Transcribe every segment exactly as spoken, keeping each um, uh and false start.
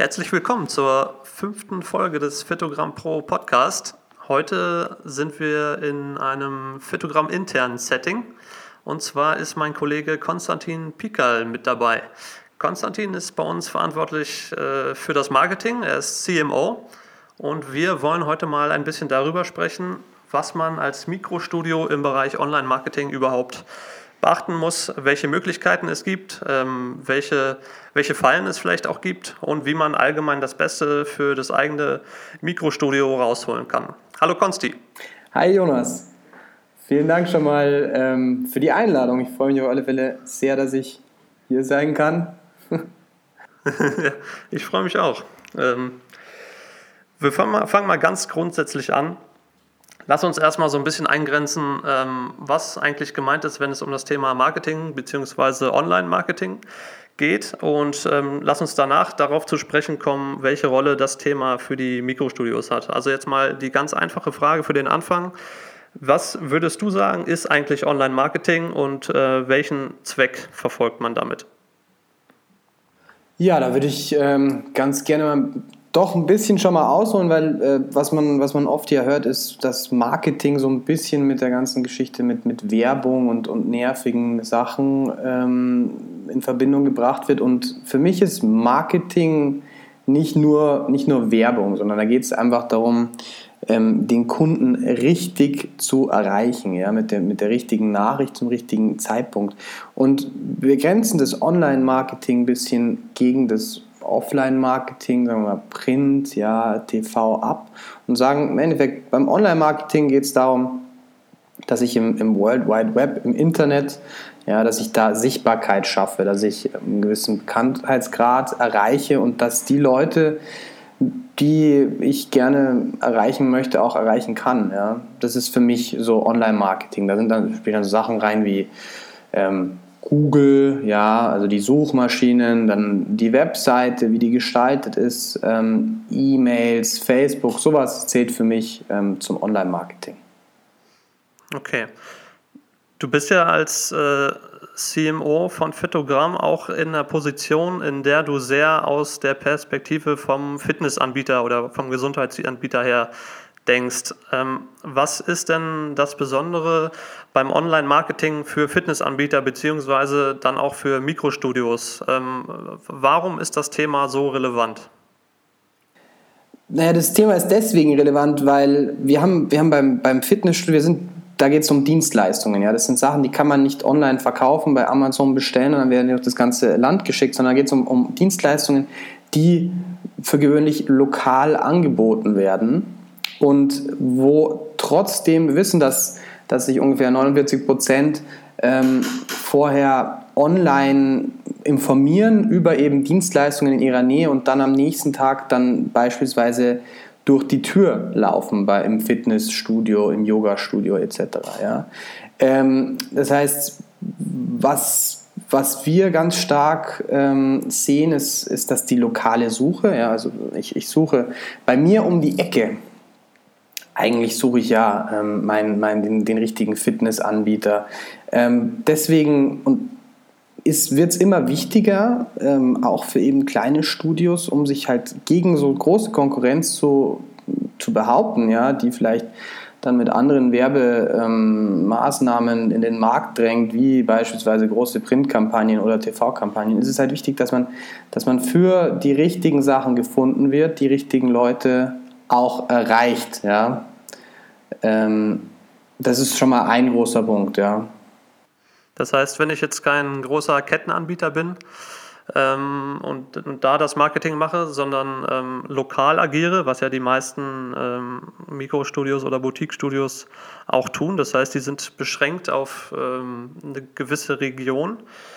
Herzlich willkommen zur fünften Folge des Fitogramm Pro Podcast. Heute sind wir in einem Fitogramm internen Setting und zwar ist mein Kollege Konstantin Pikal mit dabei. Konstantin ist bei uns verantwortlich äh, für das Marketing, er ist C M O und wir wollen heute mal ein bisschen darüber sprechen, was man als Mikrostudio im Bereich Online-Marketing überhaupt beachten muss, welche Möglichkeiten es gibt, ähm, welche, welche Fallen es vielleicht auch gibt und wie man allgemein das Beste für das eigene Mikrostudio rausholen kann. Hallo Konsti. Hi Jonas, vielen Dank schon mal ähm, für die Einladung. Ich freue mich auf alle Fälle sehr, dass ich hier sein kann. Ich freue mich auch. Ähm, wir fangen mal, fangen mal ganz grundsätzlich an. Lass uns erstmal so ein bisschen eingrenzen, ähm, was eigentlich gemeint ist, wenn es um das Thema Marketing bzw. Online-Marketing geht. Und ähm, lass uns danach darauf zu sprechen kommen, welche Rolle das Thema für die Mikrostudios hat. Also jetzt mal die ganz einfache Frage für den Anfang. Was würdest du sagen, ist eigentlich Online-Marketing und äh, welchen Zweck verfolgt man damit? Ja, da würde ich ähm, ganz gerne mal doch ein bisschen schon mal ausholen, weil äh, was man, was man oft hier hört, ist, dass Marketing so ein bisschen mit der ganzen Geschichte mit, mit Werbung und, und nervigen Sachen ähm, in Verbindung gebracht wird. Und für mich ist Marketing nicht nur, nicht nur Werbung, sondern da geht es einfach darum, ähm, den Kunden richtig zu erreichen, ja, mit der, mit der richtigen Nachricht zum richtigen Zeitpunkt. Und wir grenzen das Online-Marketing ein bisschen gegen das Offline-Marketing, sagen wir mal Print, ja, T V ab und sagen, im Endeffekt beim Online-Marketing geht es darum, dass ich im, im World Wide Web, im Internet, ja, dass ich da Sichtbarkeit schaffe, dass ich einen gewissen Bekanntheitsgrad erreiche und dass die Leute, die ich gerne erreichen möchte, auch erreichen kann. Ja. Das ist für mich so Online-Marketing. Da sind dann, spielen dann so Sachen rein wie ähm, Google, ja, also die Suchmaschinen, dann die Webseite, wie die gestaltet ist, ähm, E-Mails, Facebook, sowas zählt für mich ähm, zum Online-Marketing. Okay. Du bist ja als äh, C M O von Fitogramm auch in einer Position, in der du sehr aus der Perspektive vom Fitnessanbieter oder vom Gesundheitsanbieter her denkst. Ähm, was ist denn das Besondere beim Online-Marketing für Fitnessanbieter beziehungsweise dann auch für Mikrostudios? Ähm, warum ist das Thema so relevant? Naja, das Thema ist deswegen relevant, weil wir haben, wir haben beim, beim Fitnessstudio, wir sind, da geht es um Dienstleistungen. Ja? Das sind Sachen, die kann man nicht online verkaufen, bei Amazon bestellen und dann werden die auf das ganze Land geschickt, sondern da geht es um, um Dienstleistungen, die für gewöhnlich lokal angeboten werden. Und wo trotzdem, wir wissen, dass, dass sich ungefähr neunundvierzig Prozent ähm, vorher online informieren über eben Dienstleistungen in ihrer Nähe und dann am nächsten Tag dann beispielsweise durch die Tür laufen bei, im Fitnessstudio, im Yogastudio et cetera. Ja? Ähm, das heißt, was... Was wir ganz stark ähm, sehen, ist, ist, dass die lokale Suche, ja, also ich, ich suche bei mir um die Ecke, eigentlich suche ich ja ähm, mein, mein, den, den richtigen Fitnessanbieter. Ähm, deswegen und wird es immer wichtiger, ähm, auch für eben kleine Studios, um sich halt gegen so große Konkurrenz zu, zu behaupten, ja, die vielleicht dann mit anderen Werbemaßnahmen ähm, in den Markt drängt, wie beispielsweise große Printkampagnen oder T V-Kampagnen, ist es halt wichtig, dass man, dass man für die richtigen Sachen gefunden wird, die richtigen Leute auch erreicht. Ja. Ähm, das ist schon mal ein großer Punkt. Ja. Das heißt, wenn ich jetzt kein großer Kettenanbieter bin, Ähm, und, und da das Marketing mache, sondern ähm, lokal agiere, was ja die meisten ähm, Mikrostudios oder Boutique-Studios auch tun. Das heißt, die sind beschränkt auf ähm, eine gewisse Region,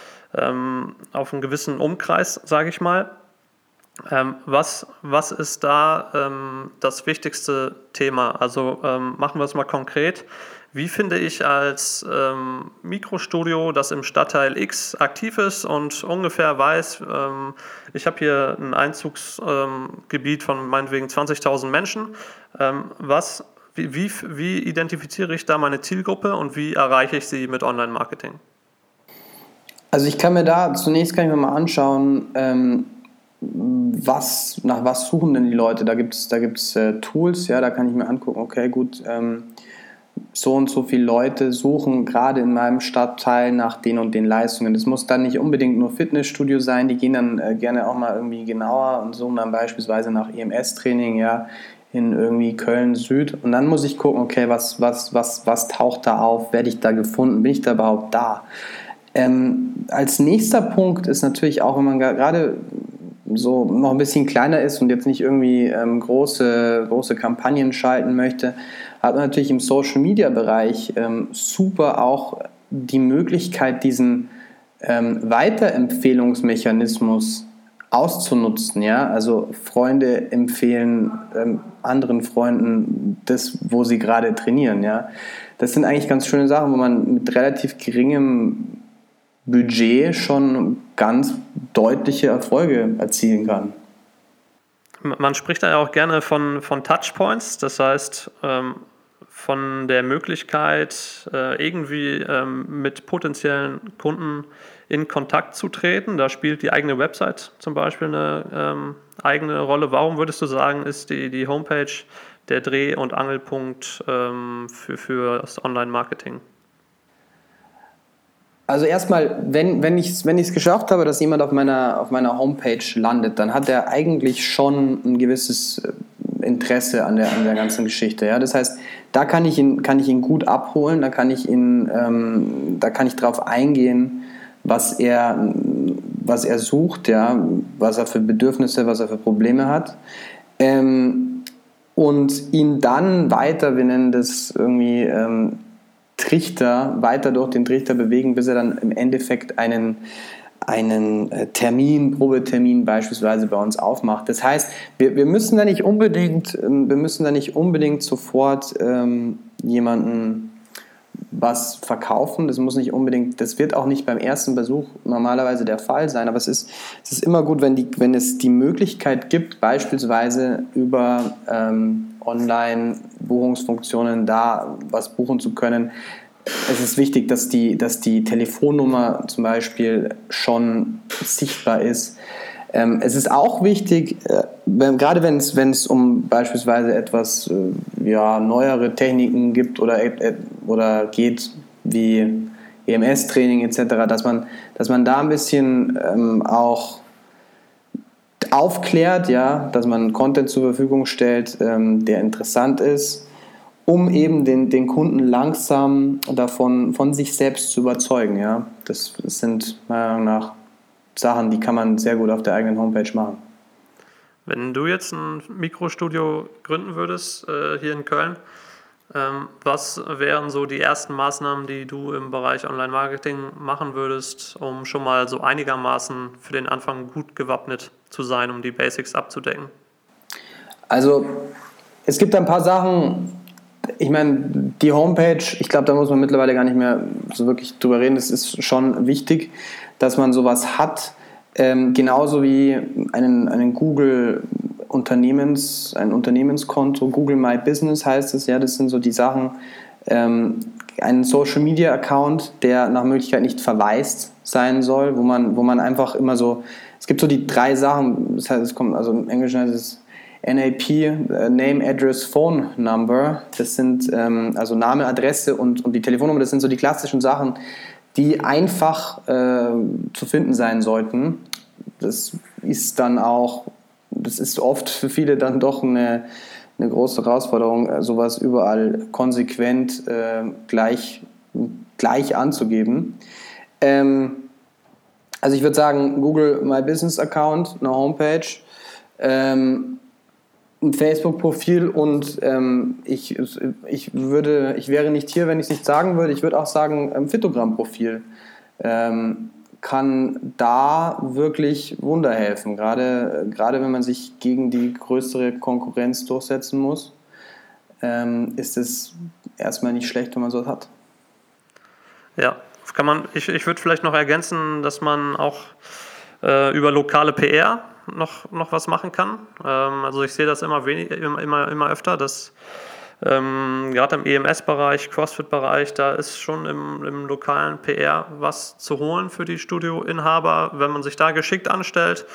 ähm, auf einen gewissen Umkreis, sage ich mal. Ähm, was, was ist da ähm, das wichtigste Thema? Also ähm, machen wir es mal konkret. Wie finde ich als ähm, Mikrostudio, das im Stadtteil X aktiv ist und ungefähr weiß, ähm, ich habe hier ein Einzugsgebiet ähm, von meinetwegen zwanzigtausend Menschen. Ähm, was, wie, wie, wie identifiziere ich da meine Zielgruppe und wie erreiche ich sie mit Online-Marketing? Also ich kann mir da, zunächst kann ich mir mal anschauen, ähm, was, nach was suchen denn die Leute? Da gibt es da gibt's, äh, Tools, ja, da kann ich mir angucken, okay, gut, ähm, so und so viele Leute suchen gerade in meinem Stadtteil nach den und den Leistungen. Das muss dann nicht unbedingt nur Fitnessstudio sein, die gehen dann äh, gerne auch mal irgendwie genauer und suchen dann beispielsweise nach E M S-Training, ja, in irgendwie Köln Süd. Und dann muss ich gucken, okay, was, was, was, was taucht da auf? Werde ich da gefunden? Bin ich da überhaupt da? Ähm, als nächster Punkt ist natürlich auch, wenn man gerade so noch ein bisschen kleiner ist und jetzt nicht irgendwie ähm, große, große Kampagnen schalten möchte, hat man natürlich im Social-Media-Bereich ähm, super auch die Möglichkeit, diesen ähm, Weiterempfehlungsmechanismus auszunutzen. Ja? Also Freunde empfehlen ähm, anderen Freunden das, wo sie gerade trainieren. Ja? Das sind eigentlich ganz schöne Sachen, wo man mit relativ geringem Budget schon ganz deutliche Erfolge erzielen kann. Man spricht da ja auch gerne von, von Touchpoints, das heißt ähm, von der Möglichkeit, äh, irgendwie ähm, mit potenziellen Kunden in Kontakt zu treten. Da spielt die eigene Website zum Beispiel eine ähm, eigene Rolle. Warum würdest du sagen, ist die, die Homepage der Dreh- und Angelpunkt ähm, für, für das Online-Marketing? Also erstmal, wenn, wenn ich es wenn geschafft habe, dass jemand auf meiner, auf meiner Homepage landet, dann hat er eigentlich schon ein gewisses Interesse an der, an der ganzen Geschichte. Ja? Das heißt, da kann ich ihn, kann ich ihn gut abholen, da kann ich ihn, ähm, da kann ich drauf eingehen, was er, was er sucht, ja? Was er für Bedürfnisse, was er für Probleme hat. Ähm, und ihn dann weiter, wir nennen das irgendwie ähm, Trichter, weiter durch den Trichter bewegen, bis er dann im Endeffekt einen, einen Termin, Probetermin beispielsweise bei uns aufmacht. Das heißt, wir, wir müssen da nicht unbedingt, wir müssen da nicht unbedingt sofort ähm, jemanden was verkaufen. Das muss nicht unbedingt, das wird auch nicht beim ersten Besuch normalerweise der Fall sein, aber es ist, es ist immer gut, wenn, die, wenn es die Möglichkeit gibt, beispielsweise über ähm, Online-Buchungsfunktionen da was buchen zu können. Es ist wichtig, dass die, dass die Telefonnummer zum Beispiel schon sichtbar ist. Ähm, es ist auch wichtig, äh, wenn, gerade wenn es, wenn es um beispielsweise etwas äh, ja, neuere Techniken gibt oder, äh, oder geht, wie E M S-Training et cetera, dass man, dass man da ein bisschen ähm, auch aufklärt, ja, dass man Content zur Verfügung stellt, ähm, der interessant ist, um eben den, den Kunden langsam davon von sich selbst zu überzeugen. Ja. Das, das sind meiner Meinung nach Sachen, die kann man sehr gut auf der eigenen Homepage machen. Wenn du jetzt ein Mikrostudio gründen würdest äh, hier in Köln, ähm, was wären so die ersten Maßnahmen, die du im Bereich Online-Marketing machen würdest, um schon mal so einigermaßen für den Anfang gut gewappnet zu sein, um die Basics abzudecken? Also es gibt ein paar Sachen, ich meine, die Homepage, ich glaube, da muss man mittlerweile gar nicht mehr so wirklich drüber reden, es ist schon wichtig, dass man sowas hat, ähm, genauso wie einen, einen Google Unternehmens, ein Unternehmenskonto, Google My Business heißt es, ja, das sind so die Sachen, ähm, einen Social Media Account, der nach Möglichkeit nicht verwaist sein soll, wo man, wo man einfach immer so, es gibt so die drei Sachen, das heißt, es kommt, also im Englischen heißt es N A P, Name, Address, Phone Number, das sind ähm, also Name, Adresse und, und die Telefonnummer, das sind so die klassischen Sachen, die einfach äh, zu finden sein sollten. Das ist dann auch, das ist oft für viele dann doch eine, eine große Herausforderung, sowas überall konsequent äh, gleich, gleich anzugeben. Ähm, also ich würde sagen, Google My Business Account, eine Homepage, ähm, ein Facebook-Profil und ähm, ich, ich, würde, ich wäre nicht hier, wenn ich es nicht sagen würde. Ich würde auch sagen, ein Fitogramm-Profil ähm, kann da wirklich Wunder helfen. Gerade, gerade wenn man sich gegen die größere Konkurrenz durchsetzen muss, ähm, ist es erstmal nicht schlecht, wenn man sowas hat. Ja, kann man, ich, ich würde vielleicht noch ergänzen, dass man auch äh, über lokale P R noch, noch was machen kann. Ähm, also ich sehe das immer, wenig, immer, immer öfter, dass ähm, gerade im E M S-Bereich, CrossFit-Bereich, da ist schon im, im lokalen P R was zu holen für die Studioinhaber, wenn man sich da geschickt anstellt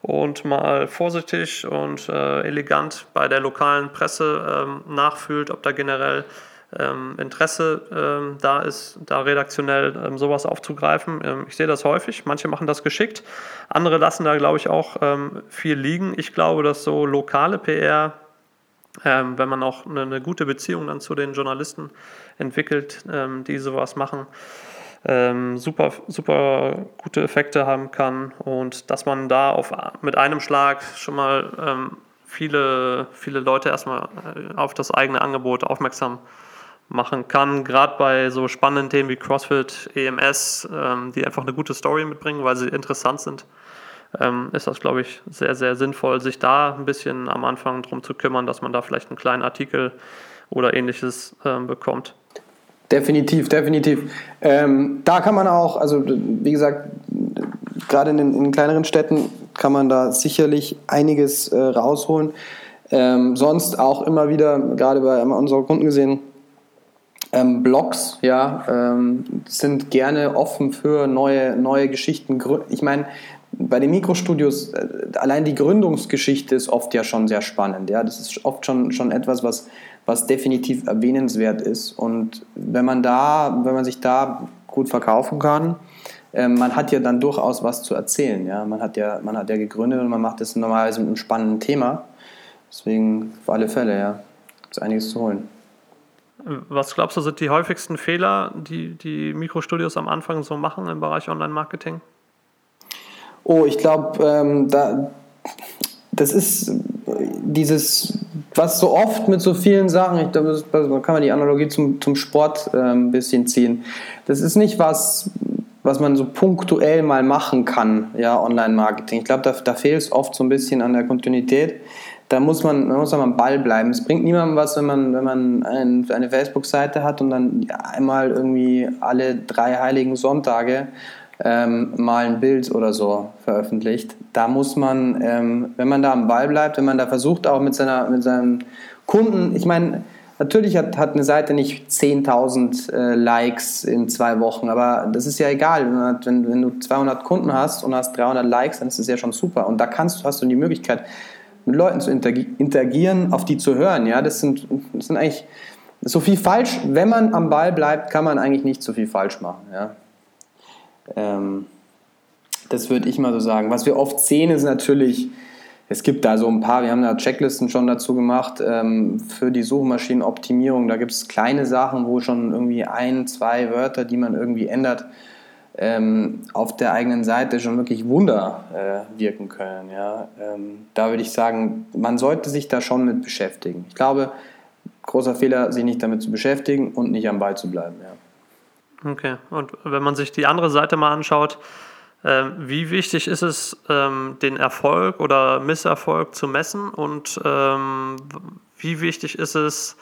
und mal vorsichtig und äh, elegant bei der lokalen Presse ähm, nachfühlt, ob da generell ähm, Interesse ähm, da ist, da redaktionell ähm, sowas aufzugreifen. Ähm, ich sehe das häufig, manche machen das geschickt, andere lassen da, glaube ich, auch ähm, viel liegen. Ich glaube, dass so lokale P R, ähm, wenn man auch eine, eine gute Beziehung dann zu den Journalisten entwickelt, ähm, die sowas machen, Ähm, super, super gute Effekte haben kann und dass man da auf, mit einem Schlag schon mal ähm, viele, viele Leute erstmal äh, auf das eigene Angebot aufmerksam machen kann, gerade bei so spannenden Themen wie CrossFit, E M S, ähm, die einfach eine gute Story mitbringen, weil sie interessant sind, ähm, ist das, glaube ich, sehr, sehr sinnvoll, sich da ein bisschen am Anfang drum zu kümmern, dass man da vielleicht einen kleinen Artikel oder ähnliches ähm, bekommt. Definitiv, definitiv. Ähm, da kann man auch, also wie gesagt, gerade in den in kleineren Städten kann man da sicherlich einiges äh, rausholen. Ähm, sonst auch immer wieder, gerade bei unseren Kunden gesehen, ähm, Blogs, ja, ähm, sind gerne offen für neue, neue Geschichten. Ich meine, bei den Mikrostudios, äh, allein die Gründungsgeschichte ist oft ja schon sehr spannend. Ja? Das ist oft schon, schon etwas, was, was definitiv erwähnenswert ist. Und wenn man da, wenn man sich da gut verkaufen kann, äh, man hat ja dann durchaus was zu erzählen. Ja? Man hat ja, man hat ja gegründet und man macht das normalerweise mit einem spannenden Thema. Deswegen auf alle Fälle, ja, gibt es einiges zu holen. Was glaubst du, sind die häufigsten Fehler, die die Mikrostudios am Anfang so machen im Bereich Online-Marketing? Oh, ich glaube, ähm, da, das ist dieses, was so oft mit so vielen Sachen, ich glaube, da kann man die Analogie zum, zum Sport äh, ein bisschen ziehen. Das ist nicht was, was man so punktuell mal machen kann, ja, Online-Marketing. Ich glaube, da, da fehlt es oft so ein bisschen an der Kontinuität. Da muss man, man muss am Ball bleiben. Es bringt niemandem was, wenn man, wenn man ein, eine Facebook-Seite hat und dann einmal irgendwie alle drei heiligen Sonntage ähm, mal ein Bild oder so veröffentlicht. Da muss man, ähm, wenn man da am Ball bleibt, wenn man da versucht auch mit, seiner, mit seinen Kunden, ich meine, natürlich hat, hat eine Seite nicht zehntausend äh, Likes in zwei Wochen, aber das ist ja egal. Wenn, wenn du zweihundert Kunden hast und hast dreihundert Likes, dann ist das ja schon super. Und da kannst, hast du die Möglichkeit, mit Leuten zu interagieren, auf die zu hören. Ja, das sind, das sind eigentlich so viel falsch. Wenn man am Ball bleibt, kann man eigentlich nicht so viel falsch machen. Ja. Ähm, das würde ich mal so sagen. Was wir oft sehen, ist natürlich, es gibt da so ein paar, wir haben da Checklisten schon dazu gemacht, ähm, für die Suchmaschinenoptimierung. Da gibt es kleine Sachen, wo schon irgendwie ein, zwei Wörter, die man irgendwie ändert, Ähm, auf der eigenen Seite schon wirklich Wunder äh, wirken können. Ja? Ähm, da würde ich sagen, man sollte sich da schon mit beschäftigen. Ich glaube, großer Fehler, sich nicht damit zu beschäftigen und nicht am Ball zu bleiben. Ja. Okay, und wenn man sich die andere Seite mal anschaut, äh, wie wichtig ist es, ähm, den Erfolg oder Misserfolg zu messen und ähm, wie wichtig ist es,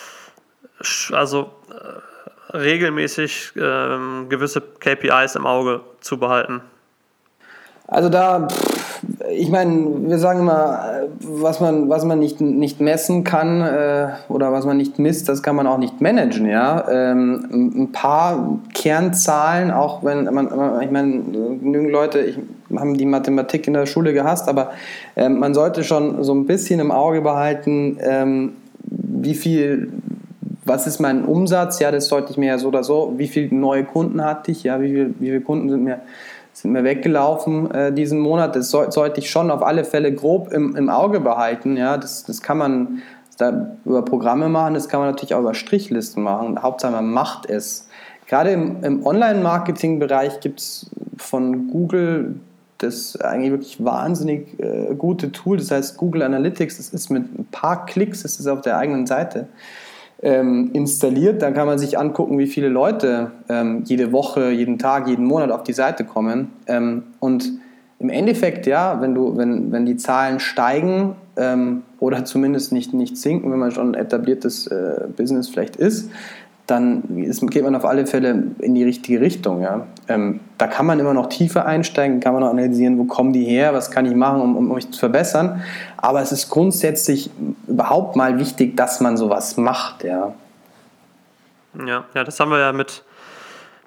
also äh, regelmäßig ähm, gewisse K P Is im Auge zu behalten? Also da, ich meine, wir sagen immer, was man, was man nicht, nicht messen kann äh, oder was man nicht misst, das kann man auch nicht managen. Ja? Ähm, ein paar Kernzahlen, auch wenn man, ich meine, genügend Leute ich, haben die Mathematik in der Schule gehasst, aber äh, man sollte schon so ein bisschen im Auge behalten, ähm, wie viel, was ist mein Umsatz, ja, das sollte ich mir ja so oder so, wie viele neue Kunden hatte ich, ja, wie, viel, wie viele Kunden sind mir sind mir weggelaufen äh, diesen Monat. Das soll, sollte ich schon auf alle Fälle grob im, im Auge behalten. Ja? Das, das kann man da über Programme machen, das kann man natürlich auch über Strichlisten machen. Hauptsache man macht es. Gerade im, im Online-Marketing-Bereich gibt es von Google das eigentlich wirklich wahnsinnig äh, gute Tool. Das heißt Google Analytics, das ist mit ein paar Klicks, das ist auf der eigenen Seite Ähm, installiert, dann kann man sich angucken, wie viele Leute ähm, jede Woche, jeden Tag, jeden Monat auf die Seite kommen. Ähm, und im Endeffekt, ja, wenn, du, wenn, wenn die Zahlen steigen ähm, oder zumindest nicht, nicht sinken, wenn man schon ein etabliertes äh, Business vielleicht ist, dann ist, geht man auf alle Fälle in die richtige Richtung. Ja. Ähm, da kann man immer noch tiefer einsteigen, kann man noch analysieren, wo kommen die her, was kann ich machen, um, um mich zu verbessern. Aber es ist grundsätzlich überhaupt mal wichtig, dass man sowas macht. Ja, ja, ja das haben wir ja mit,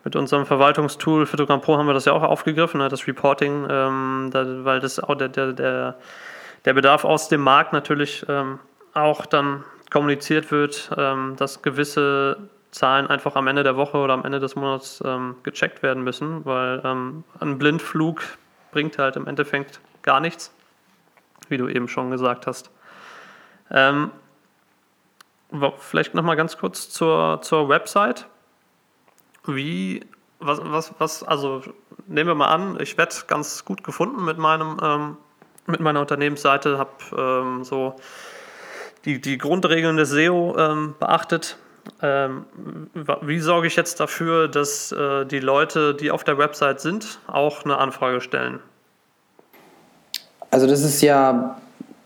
mit unserem Verwaltungstool Photogramm Pro haben wir das ja auch aufgegriffen, ne, das Reporting, ähm, da, weil das auch der, der, der, der Bedarf aus dem Markt natürlich ähm, auch dann kommuniziert wird, ähm, dass gewisse Zahlen einfach am Ende der Woche oder am Ende des Monats ähm, gecheckt werden müssen, weil ähm, ein Blindflug bringt halt im Endeffekt gar nichts, wie du eben schon gesagt hast. Ähm, vielleicht nochmal ganz kurz zur, zur Website. Wie, was, was, was, also nehmen wir mal an, ich werde ganz gut gefunden mit meinem, ähm, mit meiner Unternehmensseite, habe ähm, so die, die Grundregeln des S E O ähm, beachtet. Ähm, wie sorge ich jetzt dafür, dass äh, die Leute, die auf der Website sind, auch eine Anfrage stellen? Also das ist ja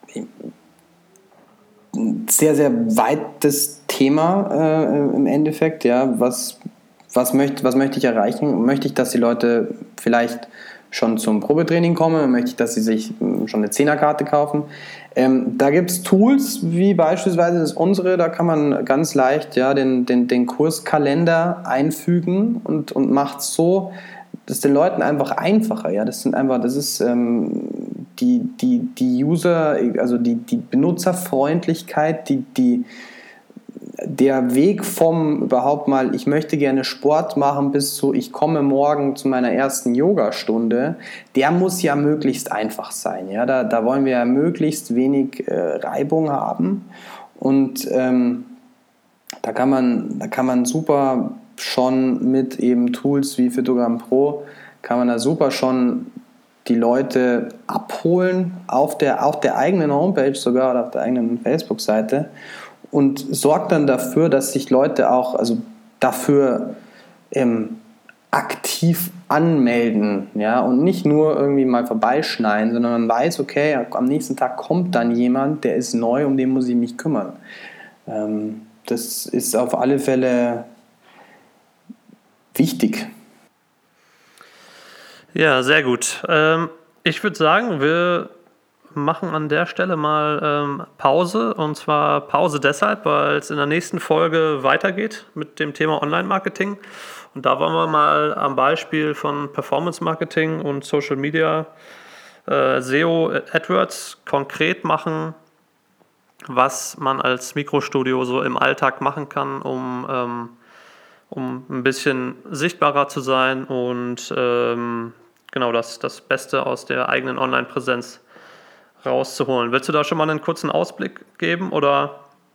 ein sehr, sehr weites Thema äh, im Endeffekt. Ja, was, was, möchte, was möchte ich erreichen? Möchte ich, dass die Leute vielleicht schon zum Probetraining kommen? Möchte ich, dass sie sich schon eine Zehnerkarte kaufen? Ähm, da gibt es Tools, wie beispielsweise das unsere, da kann man ganz leicht ja, den, den, den Kurskalender einfügen und, und macht es so, das ist den Leuten einfach einfacher. Ja? Das sind einfach, das ist ähm, die, die, die User, also die, die Benutzerfreundlichkeit, die, die, der Weg vom überhaupt mal, ich möchte gerne Sport machen, bis zu, ich komme morgen zu meiner ersten Yogastunde, der muss ja möglichst einfach sein. Ja? Da, da wollen wir ja möglichst wenig äh, Reibung haben. Und ähm, da kann man, da kann man super schon mit eben Tools wie Photogramm Pro, kann man da super schon die Leute abholen auf der, auf der eigenen Homepage sogar oder auf der eigenen Facebook-Seite und sorgt dann dafür, dass sich Leute auch also dafür ähm, aktiv anmelden, ja, und nicht nur irgendwie mal vorbeischneiden, sondern man weiß, okay, am nächsten Tag kommt dann jemand, der ist neu, um den muss ich mich kümmern. Ähm, das ist auf alle Fälle wichtig. Ja, sehr gut. Ähm, ich würde sagen, wir machen an der Stelle mal ähm, Pause. Und zwar Pause deshalb, weil es in der nächsten Folge weitergeht mit dem Thema Online-Marketing. Und da wollen wir mal am Beispiel von Performance-Marketing und Social Media, äh, S E O, AdWords konkret machen, was man als Mikrostudio so im Alltag machen kann, um, ähm, um ein bisschen sichtbarer zu sein und ähm, genau das, das Beste aus der eigenen Online-Präsenz rauszuholen. Willst du da schon mal einen kurzen Ausblick geben, oder?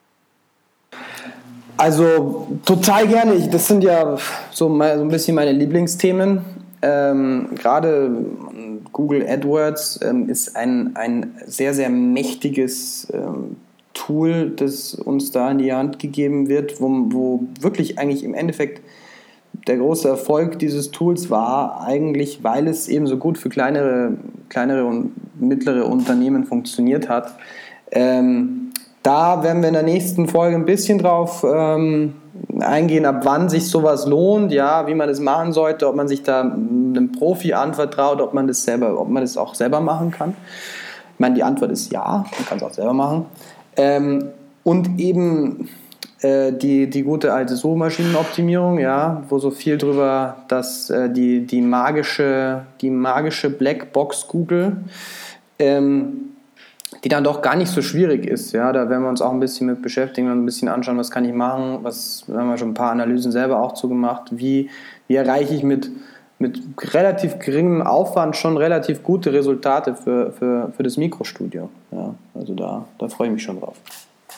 Also total gerne. Ich, das sind ja so, mein, so ein bisschen meine Lieblingsthemen. Ähm, Gerade Google AdWords ähm, ist ein, ein sehr, sehr mächtiges ähm, Tool, das uns da in die Hand gegeben wird, wo, wo wirklich eigentlich im Endeffekt der große Erfolg dieses Tools war eigentlich, weil es eben so gut für kleinere, kleinere und mittlere Unternehmen funktioniert hat. Ähm, da werden wir in der nächsten Folge ein bisschen drauf ähm, eingehen, ab wann sich sowas lohnt, ja, wie man das machen sollte, ob man sich da einem Profi anvertraut, ob man das selber, ob man das auch selber machen kann. Ich meine, die Antwort ist ja, man kann es auch selber machen. Ähm, und eben Die, die gute alte Suchmaschinenoptimierung, ja, wo so viel drüber, dass äh, die, die magische, die magische Blackbox Google, ähm, die dann doch gar nicht so schwierig ist, ja, da werden wir uns auch ein bisschen mit beschäftigen und ein bisschen anschauen, was kann ich machen, was, da haben wir schon ein paar Analysen selber auch zugemacht, wie, wie erreiche ich mit, mit relativ geringem Aufwand schon relativ gute Resultate für, für, für das Mikrostudio, ja, also da, da freue ich mich schon drauf.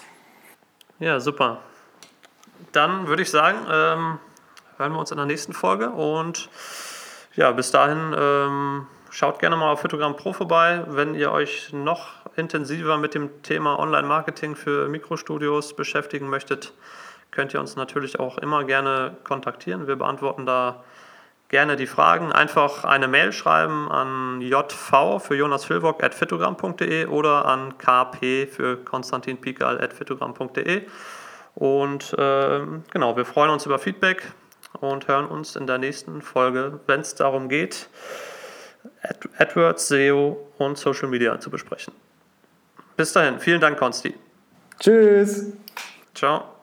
Ja, super. Dann würde ich sagen, ähm, hören wir uns in der nächsten Folge und ja, bis dahin ähm, schaut gerne mal auf Photogramm Pro vorbei, wenn ihr euch noch intensiver mit dem Thema Online-Marketing für Mikrostudios beschäftigen möchtet, könnt ihr uns natürlich auch immer gerne kontaktieren. Wir beantworten da gerne die Fragen. Einfach eine Mail schreiben an j v für Jonas Filvock at photogramm punkt de oder an k p für Konstantin Pikal at photogramm punkt de. Und äh, genau, wir freuen uns über Feedback und hören uns in der nächsten Folge, wenn es darum geht, Ad- AdWords, S E O und Social Media zu besprechen. Bis dahin, vielen Dank, Konsti. Tschüss. Ciao.